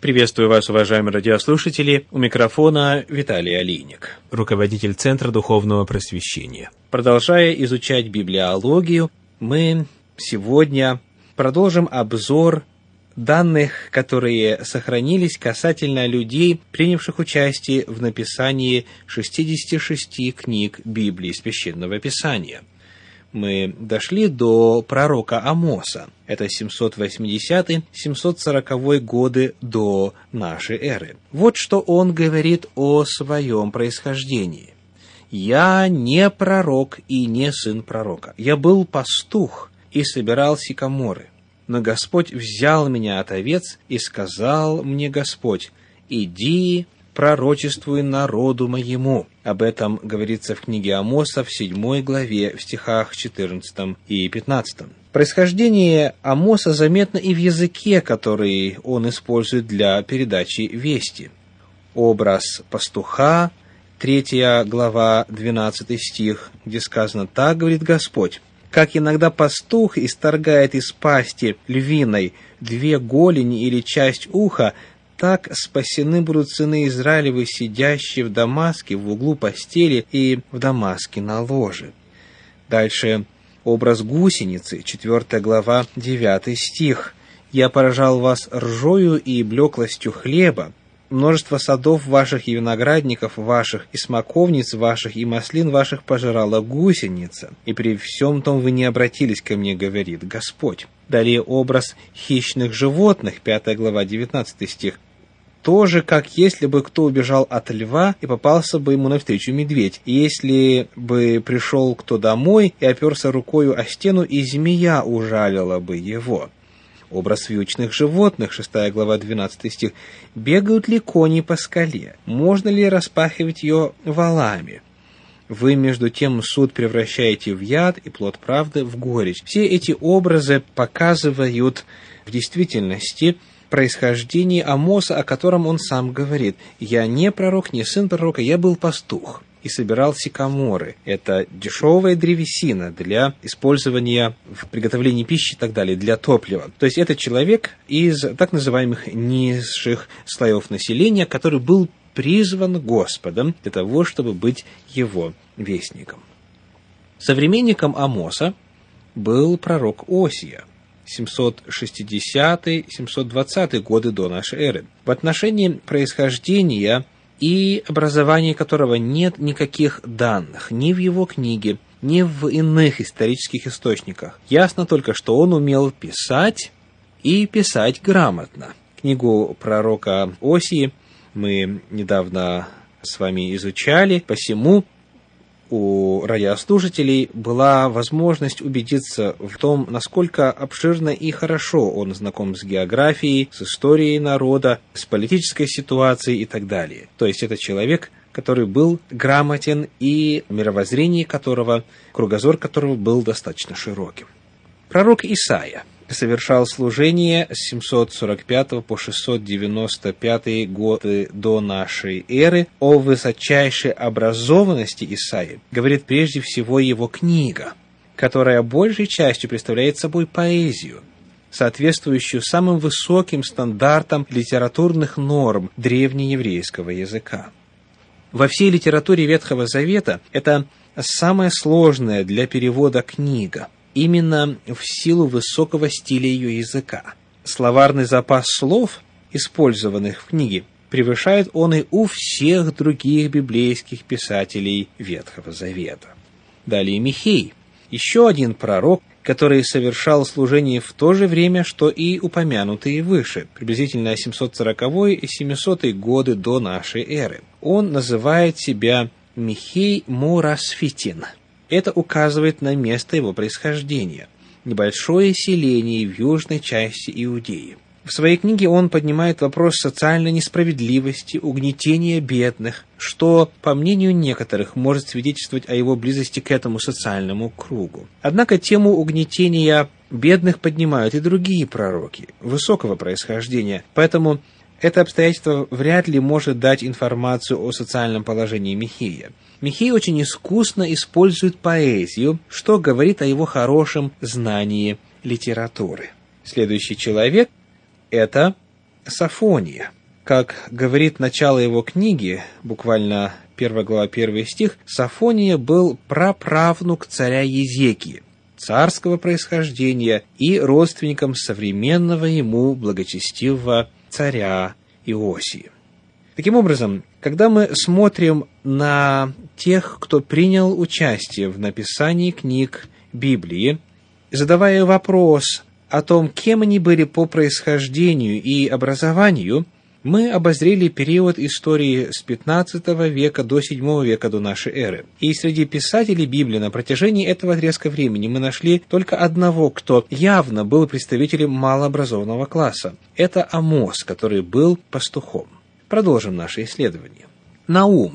Приветствую вас, уважаемые радиослушатели. У микрофона Виталий Алиник, руководитель Центра Духовного Просвещения. Продолжая изучать библиологию, мы сегодня продолжим обзор данных, которые сохранились касательно людей, принявших участие в написании 66 книг Библии, Священного Писания. Мы дошли до пророка Амоса. Это 780-740 годы до нашей эры. Вот что он говорит о своем происхождении. «Я не пророк и не сын пророка. Я был пастух и собирал сикаморы. Но Господь взял меня от овец, и сказал мне Господь: иди, пророчествуй народу моему». Об этом говорится в книге Амоса в 7 главе, в стихах 14 и 15. Происхождение Амоса заметно и в языке, который он использует для передачи вести. Образ пастуха, 3 глава, 12 стих, где сказано: «Так говорит Господь, как иногда пастух исторгает из пасти львиной 2 голени или часть уха, так спасены будут сыны Израилевы, сидящие в Дамаске в углу постели и в Дамаске на ложе». Дальше образ гусеницы, 4 глава, 9 стих. «Я поражал вас ржою и блеклостью хлеба. Множество садов ваших и виноградников ваших, и смоковниц ваших, и маслин ваших пожирала гусеница. И при всем том вы не обратились ко мне, говорит Господь». Далее образ хищных животных, 5 глава, 19 стих. «Тоже, как если бы кто убежал от льва, и попался бы ему навстречу медведь, и если бы пришел кто домой, и оперся рукою о стену, и змея ужалила бы его». Образ вьючных животных, 6 глава, 12 стих. «Бегают ли кони по скале? Можно ли распахивать ее валами? Вы, между тем, суд превращаете в яд, и плод правды в горечь». Все эти образы показывают в действительности происхождение Амоса, о котором он сам говорит: «Я не пророк, не сын пророка, я был пастух и собирал сикаморы». Это дешевая древесина для использования в приготовлении пищи и так далее, для топлива. То есть это человек из так называемых низших слоев населения, который был призван Господом для того, чтобы быть его вестником. Современником Амоса был пророк Осия, 760-720 годы до нашей эры, в отношении происхождения и образования которого нет никаких данных ни в его книге, ни в иных исторических источниках. Ясно только, что он умел писать и писать грамотно. Книгу пророка Осии мы недавно с вами изучали, посему у радиослушателей была возможность убедиться в том, насколько обширно и хорошо он знаком с географией, с историей народа, с политической ситуацией и так далее. То есть это человек, который был грамотен и мировоззрение которого, кругозор которого был достаточно широким. Пророк Исаия совершал служение с 745 по 695 годы до нашей эры. О высочайшей образованности Исаии говорит прежде всего его книга, которая большей частью представляет собой поэзию, соответствующую самым высоким стандартам литературных норм древнееврейского языка. Во всей литературе Ветхого Завета это самая сложная для перевода книга, именно в силу высокого стиля ее языка. Словарный запас слов, использованных в книге, превышает он и у всех других библейских писателей Ветхого Завета. Далее Михей, еще один пророк, который совершал служение в то же время, что и упомянутые выше, приблизительно 740 и 700 годы до нашей эры. Он называет себя Михей Морасфитин. Это указывает на место его происхождения – небольшое селение в южной части Иудеи. В своей книге он поднимает вопрос социальной несправедливости, угнетения бедных, что, по мнению некоторых, может свидетельствовать о его близости к этому социальному кругу. Однако тему угнетения бедных поднимают и другие пророки высокого происхождения, поэтому это обстоятельство вряд ли может дать информацию о социальном положении Михея. Михей очень искусно использует поэзию, что говорит о его хорошем знании литературы. Следующий человек – это Софония. Как говорит начало его книги, буквально 1 глава, 1 стих, Софония был праправнук царя Езекии, царского происхождения и родственником современного ему благочестивого царя Иосии. Таким образом, когда мы смотрим на тех, кто принял участие в написании книг Библии, задавая вопрос о том, кем они были по происхождению и образованию, мы обозрели период истории с 15 века до 7 века до нашей эры. И среди писателей Библии на протяжении этого отрезка времени мы нашли только одного, кто явно был представителем малообразованного класса. Это Амос, который был пастухом. Продолжим наше исследование. Наум,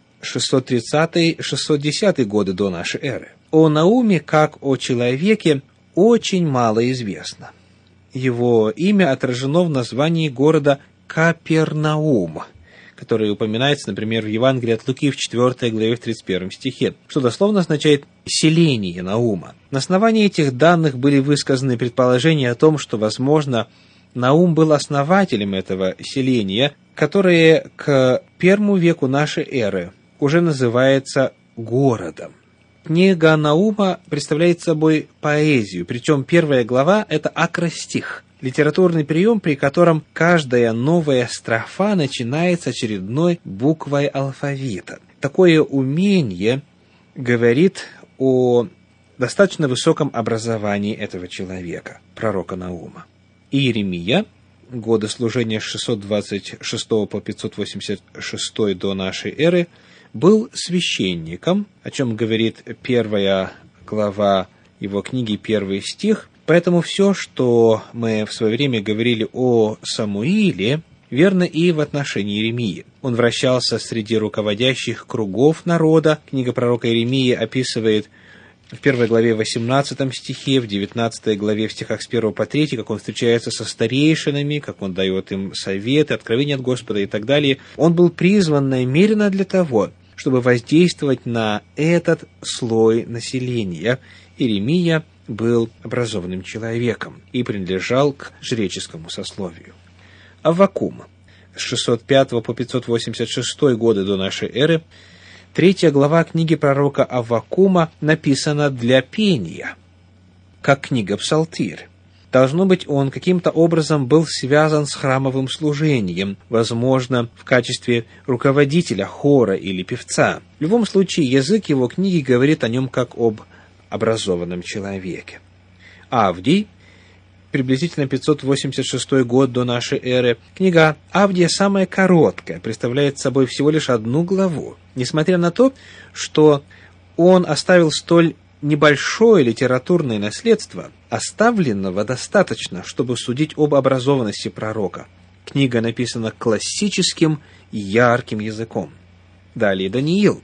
630-610 годы до нашей эры. О Науме, как о человеке, очень мало известно. Его имя отражено в названии города Капернаум, который упоминается, например, в Евангелии от Луки в 4 главе в 31 стихе, что дословно означает «селение Наума». На основании этих данных были высказаны предположения о том, что, возможно, Наум был основателем этого селения, которое к 1 веку нашей эры уже называется городом. Книга Наума представляет собой поэзию, причем 1 глава – это акростих, литературный прием, при котором каждая новая строфа начинается очередной буквой алфавита. Такое умение говорит о достаточно высоком образовании этого человека, пророка Наума. Иеремия, годы служения с 626 по 586 до нашей эры, был священником, о чем говорит 1 глава его книги, 1 стих. Поэтому все, что мы в свое время говорили о Самуиле, верно и в отношении Иеремии. Он вращался среди руководящих кругов народа. Книга пророка Иеремии описывает в 1 главе 18 стихе, в 19 главе в стихах с 1 по 3, как он встречается со старейшинами, как он дает им советы, откровения от Господа и так далее. Он был призван намеренно для того, чтобы воздействовать на этот слой населения. Иеремия был образованным человеком и принадлежал к жреческому сословию. Аввакум, с 605 по 586 годы до нашей эры, 3 глава книги пророка Аввакума написана для пения, как книга Псалтирь. Должно быть, он каким-то образом был связан с храмовым служением, возможно, в качестве руководителя хора или певца. В любом случае, язык его книги говорит о нем как об образованном человеке. Авдий, приблизительно 586 год до нашей эры. Книга Авдия самая короткая, представляет собой всего лишь 1 главу. Несмотря на то, что он оставил столь небольшое литературное наследство, оставленного достаточно, чтобы судить об образованности пророка. Книга написана классическим, ярким языком. Далее Даниил,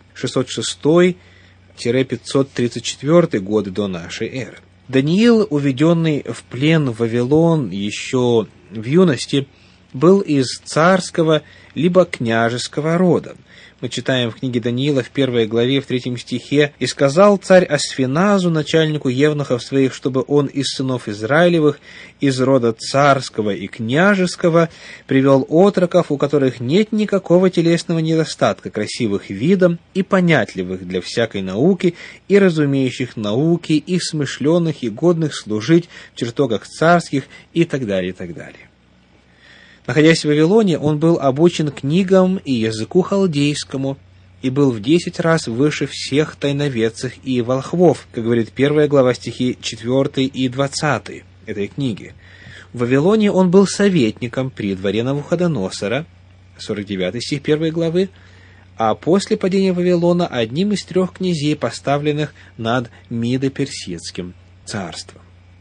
606-534 годы до нашей эры. Даниил, уведенный в плен в Вавилон еще в юности, был из царского либо княжеского рода. Мы читаем в книге Даниила в 1 главе в 3 стихе: «И сказал царь Асфеназу, начальнику евнухов своих, чтобы он из сынов Израилевых, из рода царского и княжеского, привел отроков, у которых нет никакого телесного недостатка, красивых видом и понятливых для всякой науки, и разумеющих науки, и смышленых, и годных служить в чертогах царских», и так далее, и так далее. Находясь в Вавилоне, он был обучен книгам и языку халдейскому и был в 10 раз выше всех тайноведцев и волхвов, как говорит 1 глава стихи 4 и 20 этой книги. В Вавилоне он был советником при дворе Навуходоносора, 49 стих 1 главы, а после падения Вавилона одним из 3 князей, поставленных над Мидо-Персидским царством.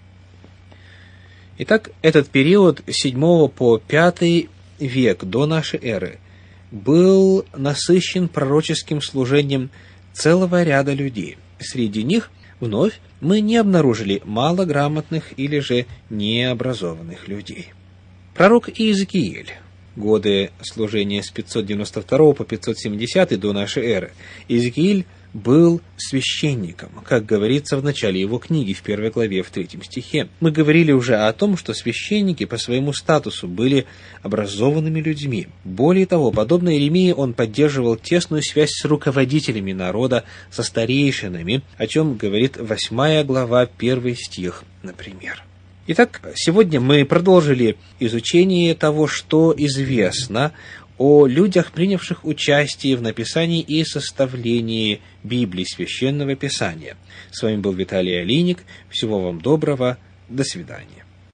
Итак, этот период с 7 по 5 век до нашей эры был насыщен пророческим служением целого ряда людей. Среди них вновь мы не обнаружили малограмотных или же необразованных людей. Пророк Иезекииль, годы служения с 592 по 570 до нашей эры. Иезекииль был священником, как говорится в начале его книги, в 1 главе, в 3 стихе. Мы говорили уже о том, что священники по своему статусу были образованными людьми. Более того, подобно Иеремии, он поддерживал тесную связь с руководителями народа, со старейшинами, о чем говорит 8 глава, 1 стих, например. Итак, сегодня мы продолжили изучение того, что известно о людях, принявших участие в написании и составлении Библии, Священного Писания. С вами был Виталий Алиник. Всего вам доброго. До свидания.